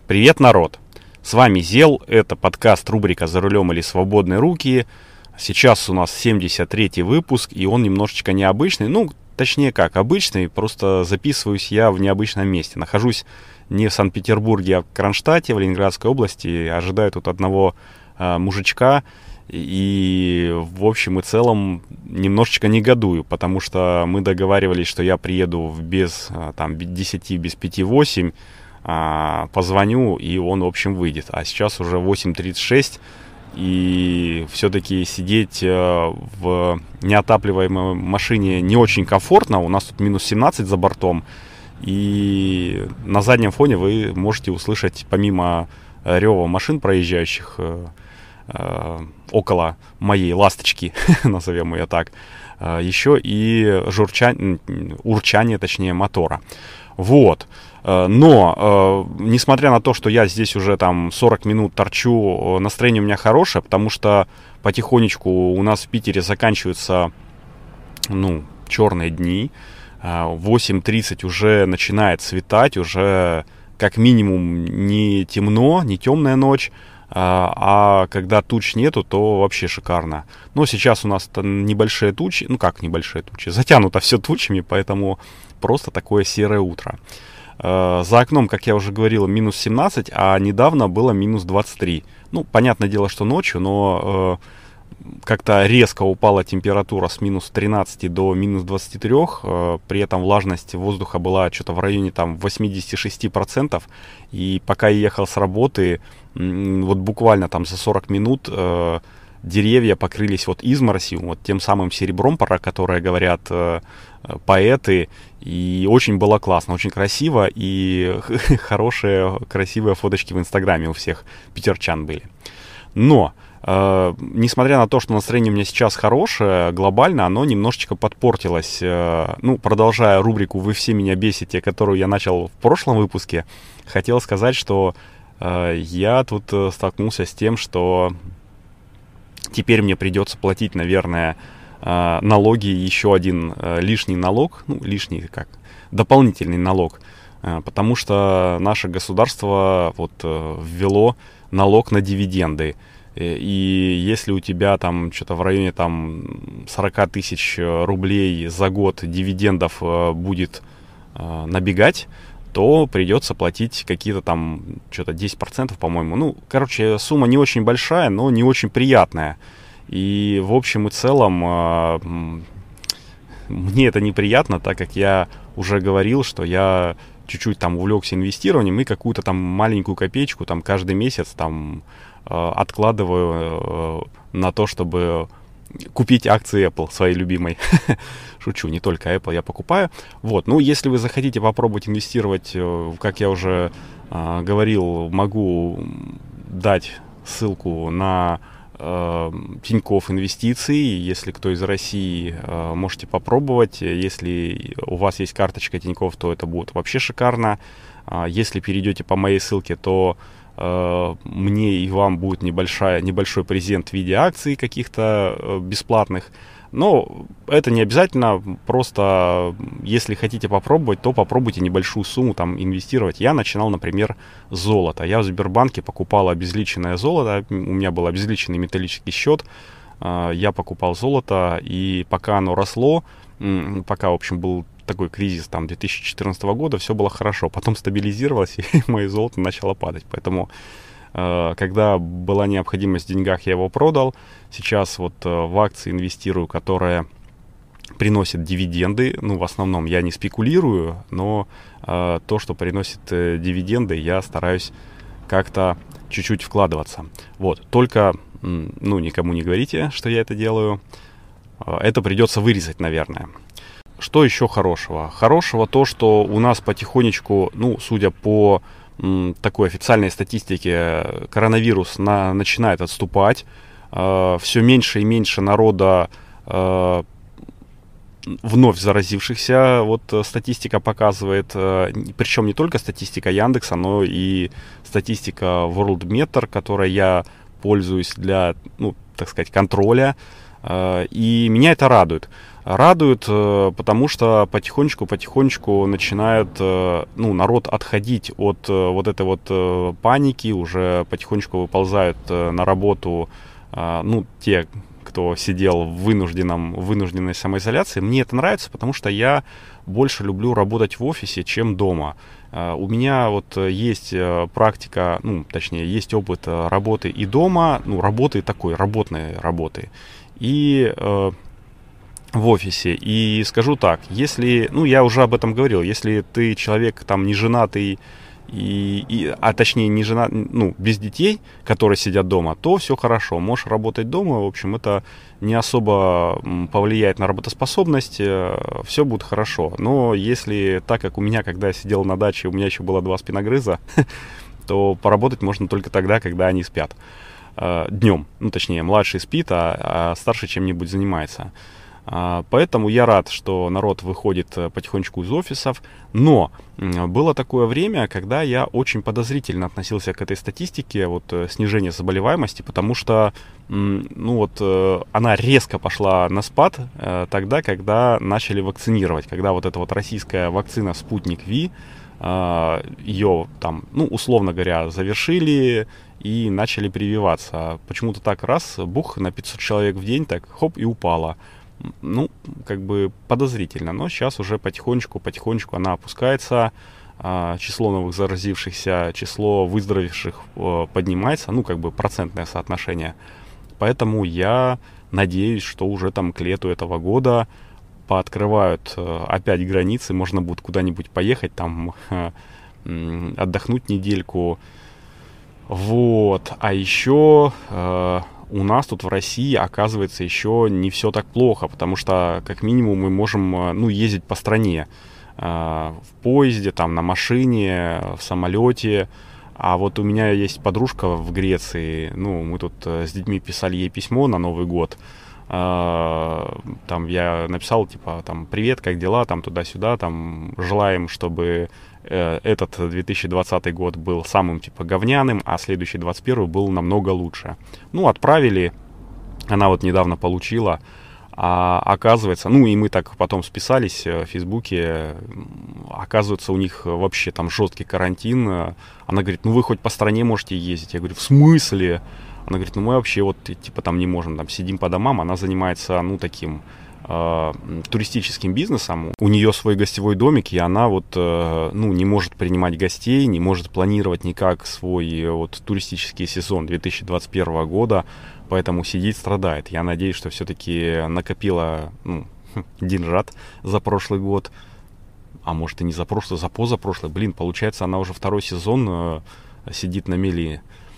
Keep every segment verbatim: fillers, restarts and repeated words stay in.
Привет, народ! С вами Зел, это подкаст рубрика «За рулем или свободные руки». Сейчас у нас семьдесят третий выпуск, и он немножечко необычный. Ну, точнее как, обычный, просто записываюсь я в необычном месте. Нахожусь не в Санкт-Петербурге, а в Кронштадте, в Ленинградской области. Ожидаю тут одного э, мужичка. И в общем и целом немножечко негодую, потому что мы договаривались, что я приеду без там, десяти, без пяти восемь, а, позвоню, и он, в общем, выйдет. А сейчас уже восемь тридцать шесть, и все-таки сидеть а, в неотапливаемой машине не очень комфортно. У нас тут минус семнадцать за бортом, и на заднем фоне вы можете услышать, помимо рева машин, проезжающих около моей ласточки, назовем ее так, еще и журчание, урчание, точнее, мотора. Вот. Но, несмотря на то, что я здесь уже там сорок минут торчу, настроение у меня хорошее, потому что потихонечку у нас в Питере заканчиваются, ну, черные дни. В восемь тридцать уже начинает светать, уже как минимум не темно, не темная ночь. А когда туч нету, то вообще шикарно. Но сейчас у нас небольшие тучи. Ну как небольшие тучи? Затянуто все тучами, поэтому просто такое серое утро. За окном, как я уже говорил, минус семнадцать, а недавно было минус двадцать три. Ну, понятное дело, что ночью, но как-то резко упала температура с минус тринадцати до минус двадцати трёх. При этом влажность воздуха была что-то в районе там восемьдесят шесть процентов. И пока я ехал с работы, вот буквально там за сорок минут э, деревья покрылись вот изморосью, вот тем самым серебром, про которое говорят э, поэты. И очень было классно, очень красиво. И хорошие, красивые фоточки в Инстаграме у всех питерчан были. Но Uh, несмотря на то, что настроение у меня сейчас хорошее, глобально оно немножечко подпортилось. Uh, ну, продолжая рубрику «Вы все меня бесите», которую я начал в прошлом выпуске, хотел сказать, что uh, я тут uh, столкнулся с тем, что теперь мне придется платить, наверное, uh, налоги, еще один uh, лишний налог, ну, лишний как, дополнительный налог, uh, потому что наше государство вот uh, ввело налог на дивиденды. И если у тебя там что-то в районе там сорок тысяч рублей за год дивидендов будет э, набегать, то придется платить какие-то там что-то десять процентов, по-моему. Ну, короче, сумма не очень большая, но не очень приятная. И в общем и целом э, мне это неприятно, так как я уже говорил, что я чуть-чуть там увлекся инвестированием и какую-то там маленькую копеечку там каждый месяц там откладываю на то, чтобы купить акции Apple, своей любимой. Шучу, не только Apple я покупаю. Вот, ну, если вы захотите попробовать инвестировать, как я уже э, говорил, могу дать ссылку на э, Тинькофф Инвестиции. Если кто из России, э, можете попробовать. Если у вас есть карточка Тинькофф, то это будет вообще шикарно. Э, если перейдете по моей ссылке, то мне и вам будет небольшая, небольшой презент в виде акций каких-то э, бесплатных. Но это не обязательно, просто если хотите попробовать, то попробуйте небольшую сумму там инвестировать. Я начинал, например, с золота. Я в Сбербанке покупал обезличенное золото, у меня был обезличенный металлический счет. Э, я покупал золото, и пока оно росло, м- пока, в общем, был такой кризис там две тысячи четырнадцатого года, все было хорошо. Потом стабилизировалось, и мое золото начало падать. Поэтому, э, когда была необходимость в деньгах, я его продал. Сейчас вот э, в акции инвестирую, которые приносят дивиденды. Ну, в основном я не спекулирую, но э, то, что приносит э, дивиденды, я стараюсь как-то чуть-чуть вкладываться. Вот. Только, ну, никому не говорите, что я это делаю. Это придется вырезать, наверное. Что еще хорошего? Хорошего то, что у нас потихонечку, ну, судя по м, такой официальной статистике, коронавирус на, начинает отступать. Э, все меньше и меньше народа э, вновь заразившихся. Вот статистика показывает, э, причем не только статистика Яндекса, но и статистика Worldmeter, которой я пользуюсь для, ну, так сказать, контроля. Э, и меня это радует. Радует, потому что потихонечку-потихонечку начинает, ну, народ отходить от вот этой вот паники, уже потихонечку выползают на работу, ну, те, кто сидел в вынужденном, вынужденной самоизоляции. Мне это нравится, потому что я больше люблю работать в офисе, чем дома. У меня вот есть практика, ну, точнее, есть опыт работы и дома, ну, работы такой, работной работы, и э, в офисе. И скажу так, если, ну, я уже об этом говорил, если ты человек, там, не женатый, И, и, а точнее не жена, ну, без детей, которые сидят дома, то все хорошо. Можешь работать дома, в общем, это не особо повлияет на работоспособность, все будет хорошо. Но если так, как у меня, когда я сидел на даче, у меня еще было два спиногрыза, то поработать можно только тогда, когда они спят. Днем, ну, точнее, младший спит, а, а старший чем-нибудь занимается. Поэтому я рад, что народ выходит потихонечку из офисов. Но было такое время, когда я очень подозрительно относился к этой статистике, вот снижение заболеваемости, потому что, ну вот, она резко пошла на спад тогда, когда начали вакцинировать, когда вот эта вот российская вакцина «Спутник Ви», ее там, ну, условно говоря, завершили и начали прививаться. Почему-то так раз, бух, на пятьсот человек в день, так, хоп, и упала. Ну, как бы подозрительно, но сейчас уже потихонечку-потихонечку она опускается, число новых заразившихся, число выздоровевших поднимается, ну, как бы процентное соотношение. Поэтому я надеюсь, что уже там к лету этого года пооткрывают опять границы, можно будет куда-нибудь поехать, там отдохнуть недельку. Вот, а еще... У нас тут в России, оказывается, еще не все так плохо, потому что, как минимум, мы можем, ну, ездить по стране. В поезде, там, на машине, в самолете. А вот у меня есть подружка в Греции. Ну, мы тут с детьми писали ей письмо на Новый год. Там я написал, типа, там, привет, как дела, там, туда-сюда, там, желаем, чтобы этот две тысячи двадцатый год был самым, типа, говняным, а следующий двадцать первый был намного лучше. Ну, отправили, она вот недавно получила, а оказывается, ну, и мы так потом списались в Фейсбуке, оказывается, у них вообще там жесткий карантин. Она говорит, ну, вы хоть по стране можете ездить. Я говорю, в смысле? Она говорит, ну, мы вообще вот, типа, там не можем, там, сидим по домам. Она занимается, ну, таким э, туристическим бизнесом. У нее свой гостевой домик, и она вот, э, ну, не может принимать гостей, не может планировать никак свой вот туристический сезон две тысячи двадцать первого года, поэтому сидит, страдает. Я надеюсь, что все-таки накопила, ну, деньжат за прошлый год, а может и не за прошлый, за позапрошлый. Блин, получается, она уже второй сезон э, сидит на мели.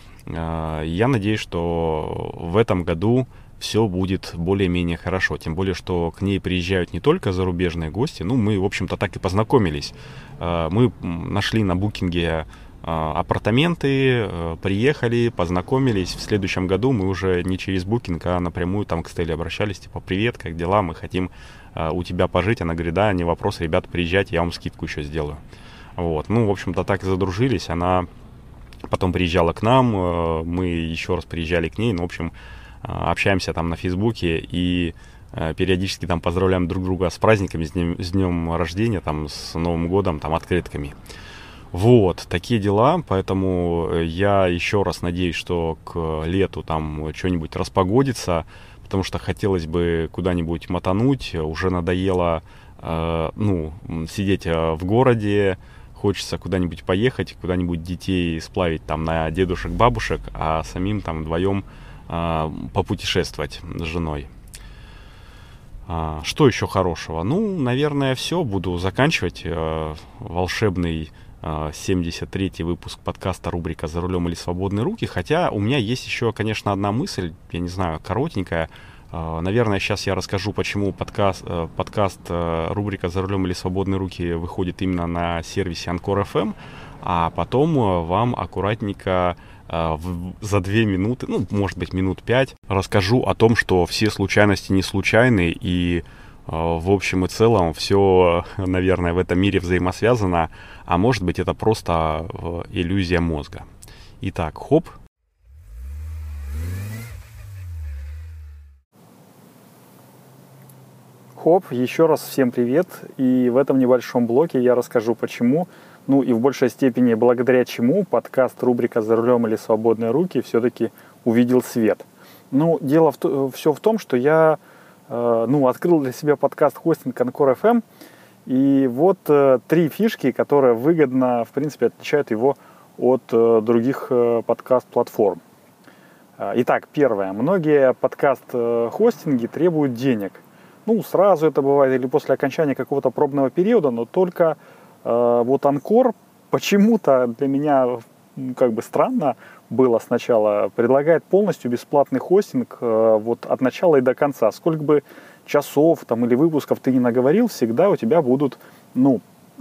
Я надеюсь, что в этом году все будет более-менее хорошо. Тем более, что к ней приезжают не только зарубежные гости. Ну, мы, в общем-то, так и познакомились. Мы нашли на букинге апартаменты, приехали, познакомились. В следующем году мы уже не через букинг, а напрямую там к Стелле обращались. Типа, привет, как дела? Мы хотим у тебя пожить. Она говорит, да, не вопрос, ребята, приезжайте, я вам скидку еще сделаю. Вот. Ну, в общем-то, так и задружились. Она потом приезжала к нам, мы еще раз приезжали к ней, ну, в общем, общаемся там на Фейсбуке и периодически там поздравляем друг друга с праздниками, с днем, с днем рождения, там, с Новым годом, там, открытками. Вот, такие дела, поэтому я еще раз надеюсь, что к лету там что-нибудь распогодится, потому что хотелось бы куда-нибудь мотануть, уже надоело, э, ну, сидеть в городе. Хочется куда-нибудь поехать, куда-нибудь детей сплавить там на дедушек, бабушек, а самим там вдвоем э, попутешествовать с женой. А, что еще хорошего? Ну, наверное, все. Буду заканчивать э, волшебный э, семьдесят третий выпуск подкаста рубрика «За рулем или свободные руки». Хотя у меня есть еще, конечно, одна мысль, я не знаю, коротенькая. Наверное, сейчас я расскажу, почему подкаст, подкаст рубрика «За рулем или свободные руки» выходит именно на сервисе Анкор эф эм, а потом вам аккуратненько за две минуты, ну, может быть, минут пять, расскажу о том, что все случайности не случайны, и в общем и целом все, наверное, в этом мире взаимосвязано, а может быть, это просто иллюзия мозга. Итак, хоп. Хоп, еще раз всем привет. И в этом небольшом блоке я расскажу, почему, ну и в большей степени благодаря чему подкаст рубрика «За рулем или свободные руки» все-таки увидел свет. Ну, дело в то, все в том, что я э, ну, открыл для себя подкаст-хостинг Анкор эф эм. И вот э, три фишки, которые выгодно, в принципе, отличают его от э, других э, подкаст-платформ. Итак, первое. Многие подкаст-хостинги требуют денег. Ну, сразу это бывает или после окончания какого-то пробного периода, но только э, вот Анкор почему-то для меня как бы странно было сначала, предлагает полностью бесплатный хостинг э, вот от начала и до конца. Сколько бы часов там или выпусков ты не наговорил, всегда у тебя будут, ну,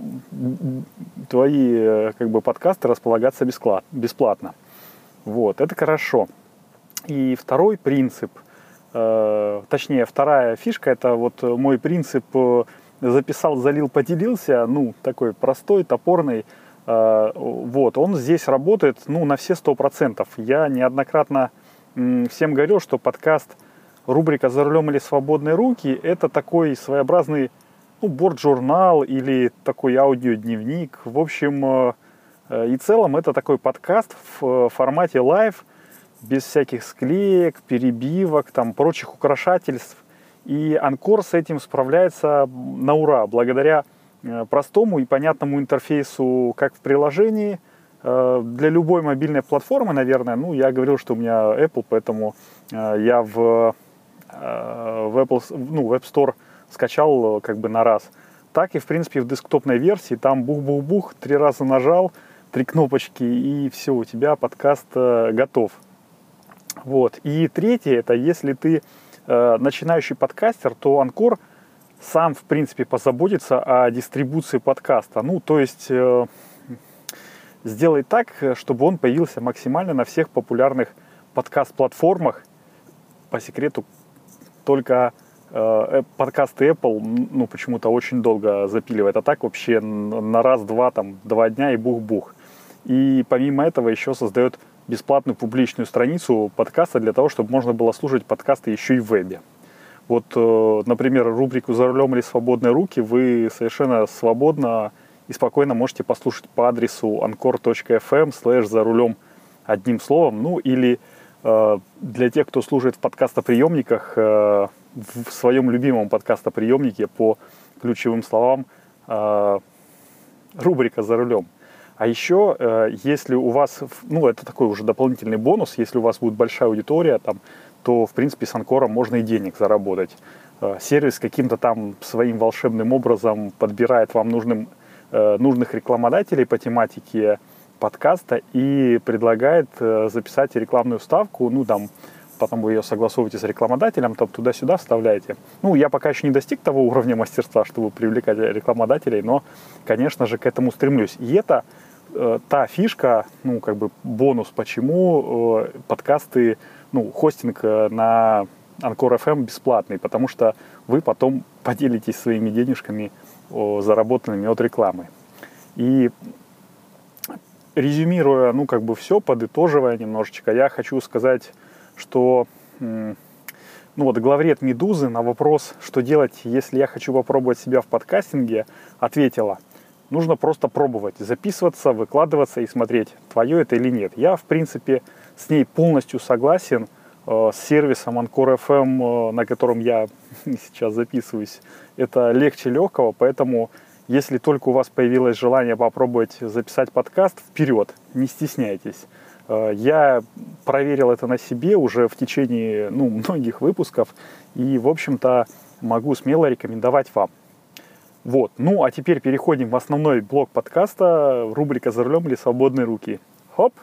твои как бы подкасты располагаться бесплатно. Вот, это хорошо. И второй принцип, э, точнее, вторая фишка, это вот мой принцип э, записал, залил, поделился, ну, такой простой, топорный. Э, вот, он здесь работает, ну, на все сто процентов. Я неоднократно м, всем говорил, что подкаст рубрика «За рулем или свободные руки» это такой своеобразный, ну, борт-журнал или такой аудиодневник. В общем, э, э, и в целом это такой подкаст в формате лайв, без всяких склеек, перебивок, там, прочих украшательств. И Анкор с этим справляется на ура, благодаря э, простому и понятному интерфейсу, как в приложении, э, для любой мобильной платформы, наверное. Ну, я говорил, что у меня Apple, поэтому э, я в, э, в, Apple, ну, в App Store скачал э, как бы на раз. Так и, в принципе, в десктопной версии, там бух-бух-бух, три раза нажал, три кнопочки, и все, у тебя подкаст э, готов. Вот. И третье, это если ты э, начинающий подкастер, то Анкор сам, в принципе, позаботится о дистрибуции подкаста. Ну, то есть э, сделай так, чтобы он появился максимально на всех популярных подкаст-платформах. По секрету, только э, подкасты Apple, ну, почему-то очень долго запиливает. А так вообще на раз-два, там, два дня и бух-бух. И помимо этого еще создает бесплатную публичную страницу подкаста для того, чтобы можно было слушать подкасты еще и в вебе. Вот, например, рубрику «За рулем или свободные руки» вы совершенно свободно и спокойно можете послушать по адресу анкор точка эф эм слэш за рулем одним словом. Ну или э, для тех, кто слушает в подкастоприемниках, э, в своем любимом подкастоприемнике по ключевым словам э, рубрика «За рулем». А еще, э, если у вас, ну, это такой уже дополнительный бонус, если у вас будет большая аудитория, там, то, в принципе, с Анкором можно и денег заработать. Э, сервис каким-то там своим волшебным образом подбирает вам нужным, э, нужных рекламодателей по тематике подкаста и предлагает э, записать рекламную вставку, ну, там, потом вы ее согласовываете с рекламодателем, там, туда-сюда вставляете. Ну, я пока еще не достиг того уровня мастерства, чтобы привлекать рекламодателей, но, конечно же, к этому стремлюсь. И это э, та фишка, ну, как бы бонус, почему э, подкасты, ну, хостинг э, на Анкор эф эм бесплатный, потому что вы потом поделитесь своими денежками, э, заработанными от рекламы. И резюмируя, ну, как бы все, подытоживая немножечко, я хочу сказать, что, ну вот, главред «Медузы» на вопрос, что делать, если я хочу попробовать себя в подкастинге, ответила: нужно просто пробовать, записываться, выкладываться и смотреть, твое это или нет. Я, в принципе, с ней полностью согласен, э, с сервисом Анкор эф эм, э, на котором я сейчас записываюсь. Это легче легкого, поэтому, если только у вас появилось желание попробовать записать подкаст, вперед, не стесняйтесь. Я проверил это на себе уже в течение, ну, многих выпусков и, в общем-то, могу смело рекомендовать вам. Вот. Ну, а теперь переходим в основной блок подкаста, рубрика «За рулем или свободные руки». Хоп!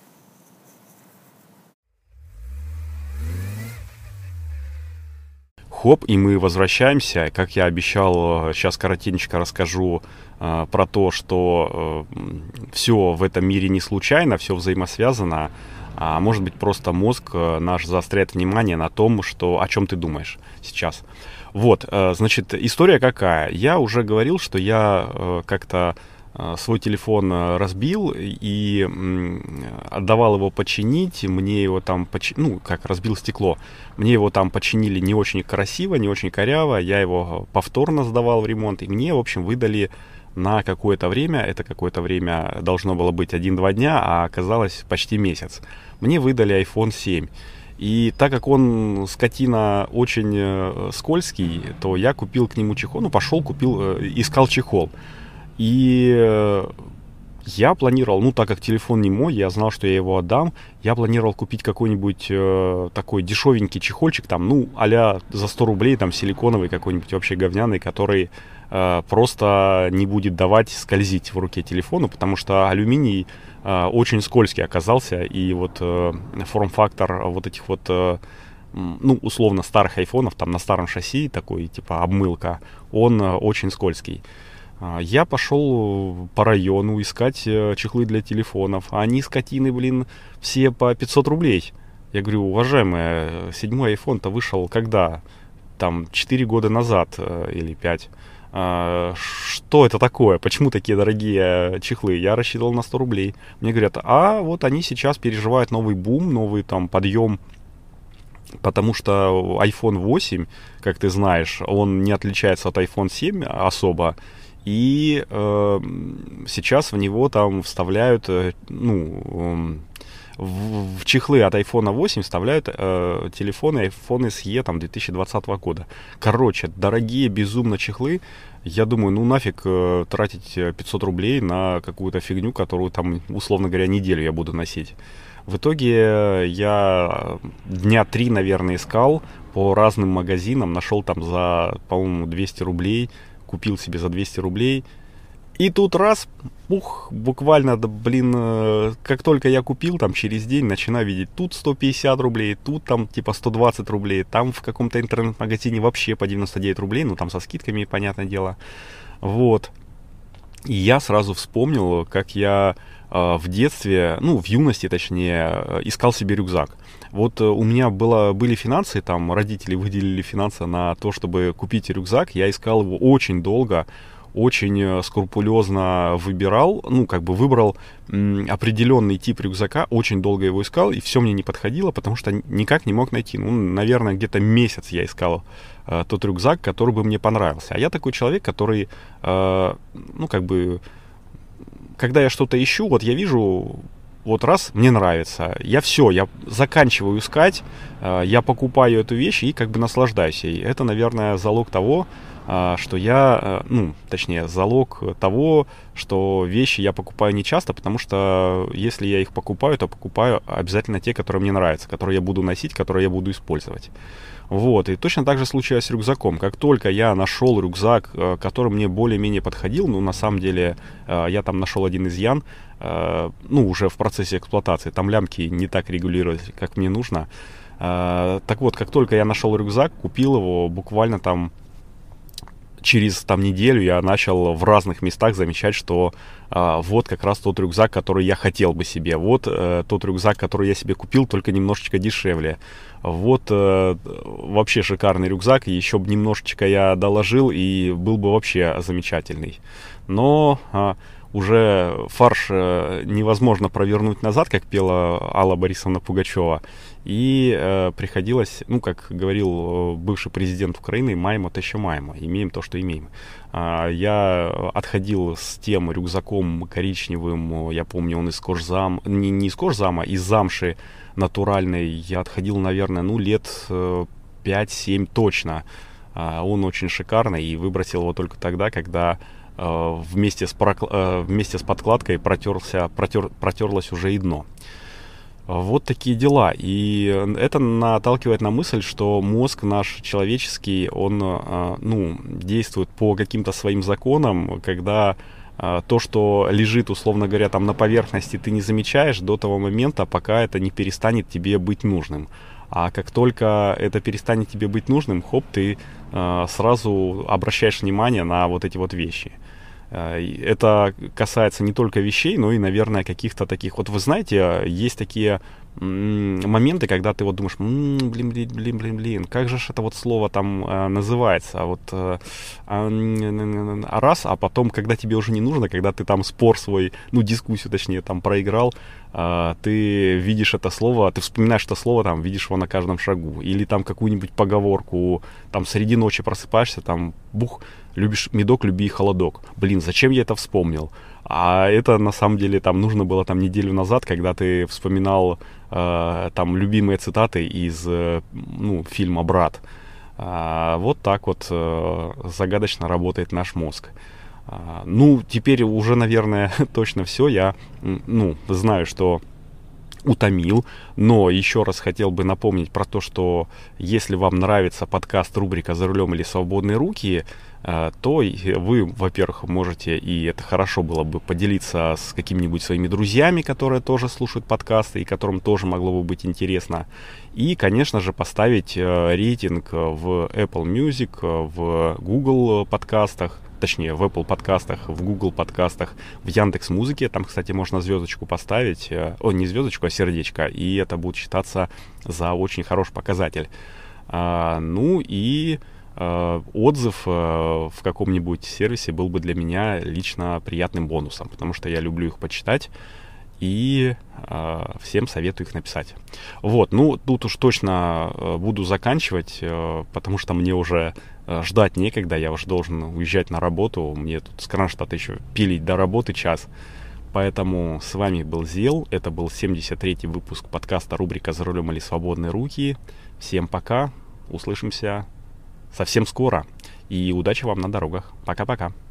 Хоп, и мы возвращаемся. Как я обещал, сейчас коротенько расскажу э, про то, что э, все в этом мире не случайно, все взаимосвязано. А может быть, просто мозг э, наш заостряет внимание на том, что, о чем ты думаешь сейчас. Вот, э, значит, история какая? Я уже говорил, что я э, как-то свой телефон разбил и отдавал его починить, мне его там, поч... ну, как разбил стекло, мне его там починили не очень красиво, не очень коряво, я его повторно сдавал в ремонт, и мне, в общем, выдали на какое-то время, это какое-то время должно было быть один-два дня, а оказалось почти месяц, мне выдали айфон семь. И так как он, скотина, очень э, скользкий, то я купил к нему чехол, ну, пошел, купил, э, искал чехол. И э, я планировал, ну, так как телефон не мой, я знал, что я его отдам, я планировал купить какой-нибудь э, такой дешевенький чехольчик, там, ну, а-ля за сто рублей, там, силиконовый какой-нибудь, вообще говняный, который э, просто не будет давать скользить в руке телефону, потому что алюминий очень скользкий оказался, и вот э, форм-фактор вот этих вот, э, ну, условно, старых айфонов, там на старом шасси, такой, типа, обмылка, он э, очень скользкий. Я пошел по району искать э, чехлы для телефонов, а они, скотины, блин, все по пятьсот рублей. Я говорю, уважаемые, седьмой айфон-то вышел когда? Там, четыре года назад э, или пять. Что это такое? Почему такие дорогие чехлы? Я рассчитывал на сто рублей. Мне говорят, а вот они сейчас переживают новый бум, новый там подъем, потому что айфон восемь, как ты знаешь, он не отличается от айфон семь особо, и э, сейчас в него там вставляют, ну, в, в чехлы от айфон восемь вставляют э, телефоны айфон эс и там, две тысячи двадцатого года. Короче, дорогие безумно чехлы. Я думаю, ну нафиг э, тратить пятьсот рублей на какую-то фигню, которую там, условно говоря, неделю я буду носить. В итоге я дня три, наверное, искал по разным магазинам, нашел там за, по-моему, двести рублей, купил себе за двести рублей. И тут раз, ух, буквально, да, блин, как только я купил, там через день начинаю видеть тут сто пятьдесят рублей, тут там типа сто двадцать рублей, там в каком-то интернет-магазине вообще по девяносто девять рублей, ну там со скидками, понятное дело. Вот. И я сразу вспомнил, как я э, в детстве, ну в юности точнее, искал себе рюкзак. Вот э, у меня было, были финансы, там родители выделили финансы на то, чтобы купить рюкзак, я искал его очень долго, очень скрупулезно выбирал, ну, как бы выбрал м, определенный тип рюкзака, очень долго его искал, и все мне не подходило, потому что никак не мог найти. Ну, наверное, где-то месяц я искал э, тот рюкзак, который бы мне понравился. А я такой человек, который, э, ну, как бы, когда я что-то ищу, вот я вижу, вот раз, мне нравится, я все, я заканчиваю искать, э, я покупаю эту вещь и как бы наслаждаюсь ей. Это, наверное, залог того, что я, ну, точнее, залог того, что вещи я покупаю не часто, потому что если я их покупаю, то покупаю обязательно те, которые мне нравятся, которые я буду носить, которые я буду использовать. Вот, и точно так же случилось с рюкзаком. Как только я нашел рюкзак, который мне более-менее подходил, ну, на самом деле, я там нашел один изъян, ну, уже в процессе эксплуатации, там лямки не так регулировать, как мне нужно. Так вот, как только я нашел рюкзак, купил его буквально там через там неделю я начал в разных местах замечать, что а, вот как раз тот рюкзак, который я хотел бы себе. Вот а, тот рюкзак, который я себе купил, только немножечко дешевле. Вот а, вообще шикарный рюкзак. Еще бы немножечко я доложил, и был бы вообще замечательный. Но а, уже фарш а, невозможно провернуть назад, как пела Алла Борисовна Пугачева. И э, приходилось, ну, как говорил бывший президент Украины, маемо то еще маемо, имеем то, что имеем. А, я отходил с тем рюкзаком коричневым, я помню, он из кожзам, не, не из кожзама, из замши натуральной. Я отходил, наверное, ну, лет пять-семь точно. А, он очень шикарный, и выбросил его только тогда, когда э, вместе, с прокл... э, вместе с подкладкой протерся, протер... протерлось уже и дно. Вот такие дела. И это наталкивает на мысль, что мозг наш человеческий, он, ну, действует по каким-то своим законам, когда то, что лежит, условно говоря, там на поверхности, ты не замечаешь до того момента, пока это не перестанет тебе быть нужным. А как только это перестанет тебе быть нужным, хоп, ты сразу обращаешь внимание на вот эти вот вещи. Это касается не только вещей, но и, наверное, каких-то таких... Вот вы знаете, есть такие моменты, когда ты вот думаешь, м-м, блин, блин, блин, блин, блин, как же ж это вот слово там э, называется, а вот э, а, раз, а потом, когда тебе уже не нужно, когда ты там спор свой, ну, дискуссию, точнее, там проиграл, э, ты видишь это слово, ты вспоминаешь это слово, там, видишь его на каждом шагу, или там какую-нибудь поговорку, там, среди ночи просыпаешься, там, бух, любишь медок, люби и холодок. Блин, зачем я это вспомнил? А это, на самом деле, там, нужно было там неделю назад, когда ты вспоминал э, там любимые цитаты из э, ну, фильма «Брат». А, вот так вот э, загадочно работает наш мозг. А, ну, теперь уже, наверное, точно все. Я, ну, знаю, что утомил, но еще раз хотел бы напомнить про то, что если вам нравится подкаст рубрика «За рулем» или «Свободные руки», то вы, во-первых, можете, и это хорошо было бы, поделиться с какими-нибудь своими друзьями, которые тоже слушают подкасты и которым тоже могло бы быть интересно. И, конечно же, поставить рейтинг в Apple Music, в Google подкастах, точнее, в Apple подкастах, в Google подкастах, в Яндекс.Музыке. Там, кстати, можно звездочку поставить. О, не звездочку, а сердечко. И это будет считаться за очень хороший показатель. А, ну и а, отзыв а, в каком-нибудь сервисе был бы для меня лично приятным бонусом, потому что я люблю их почитать. И э, всем советую их написать. Вот, ну, тут уж точно э, буду заканчивать, э, потому что мне уже э, ждать некогда, я уже должен уезжать на работу, мне тут с Кронштадта еще пилить до работы час. Поэтому с вами был Зел, это был семьдесят третий выпуск подкаста рубрика «За рулем или свободные руки». Всем пока, услышимся совсем скоро, и удачи вам на дорогах. Пока-пока.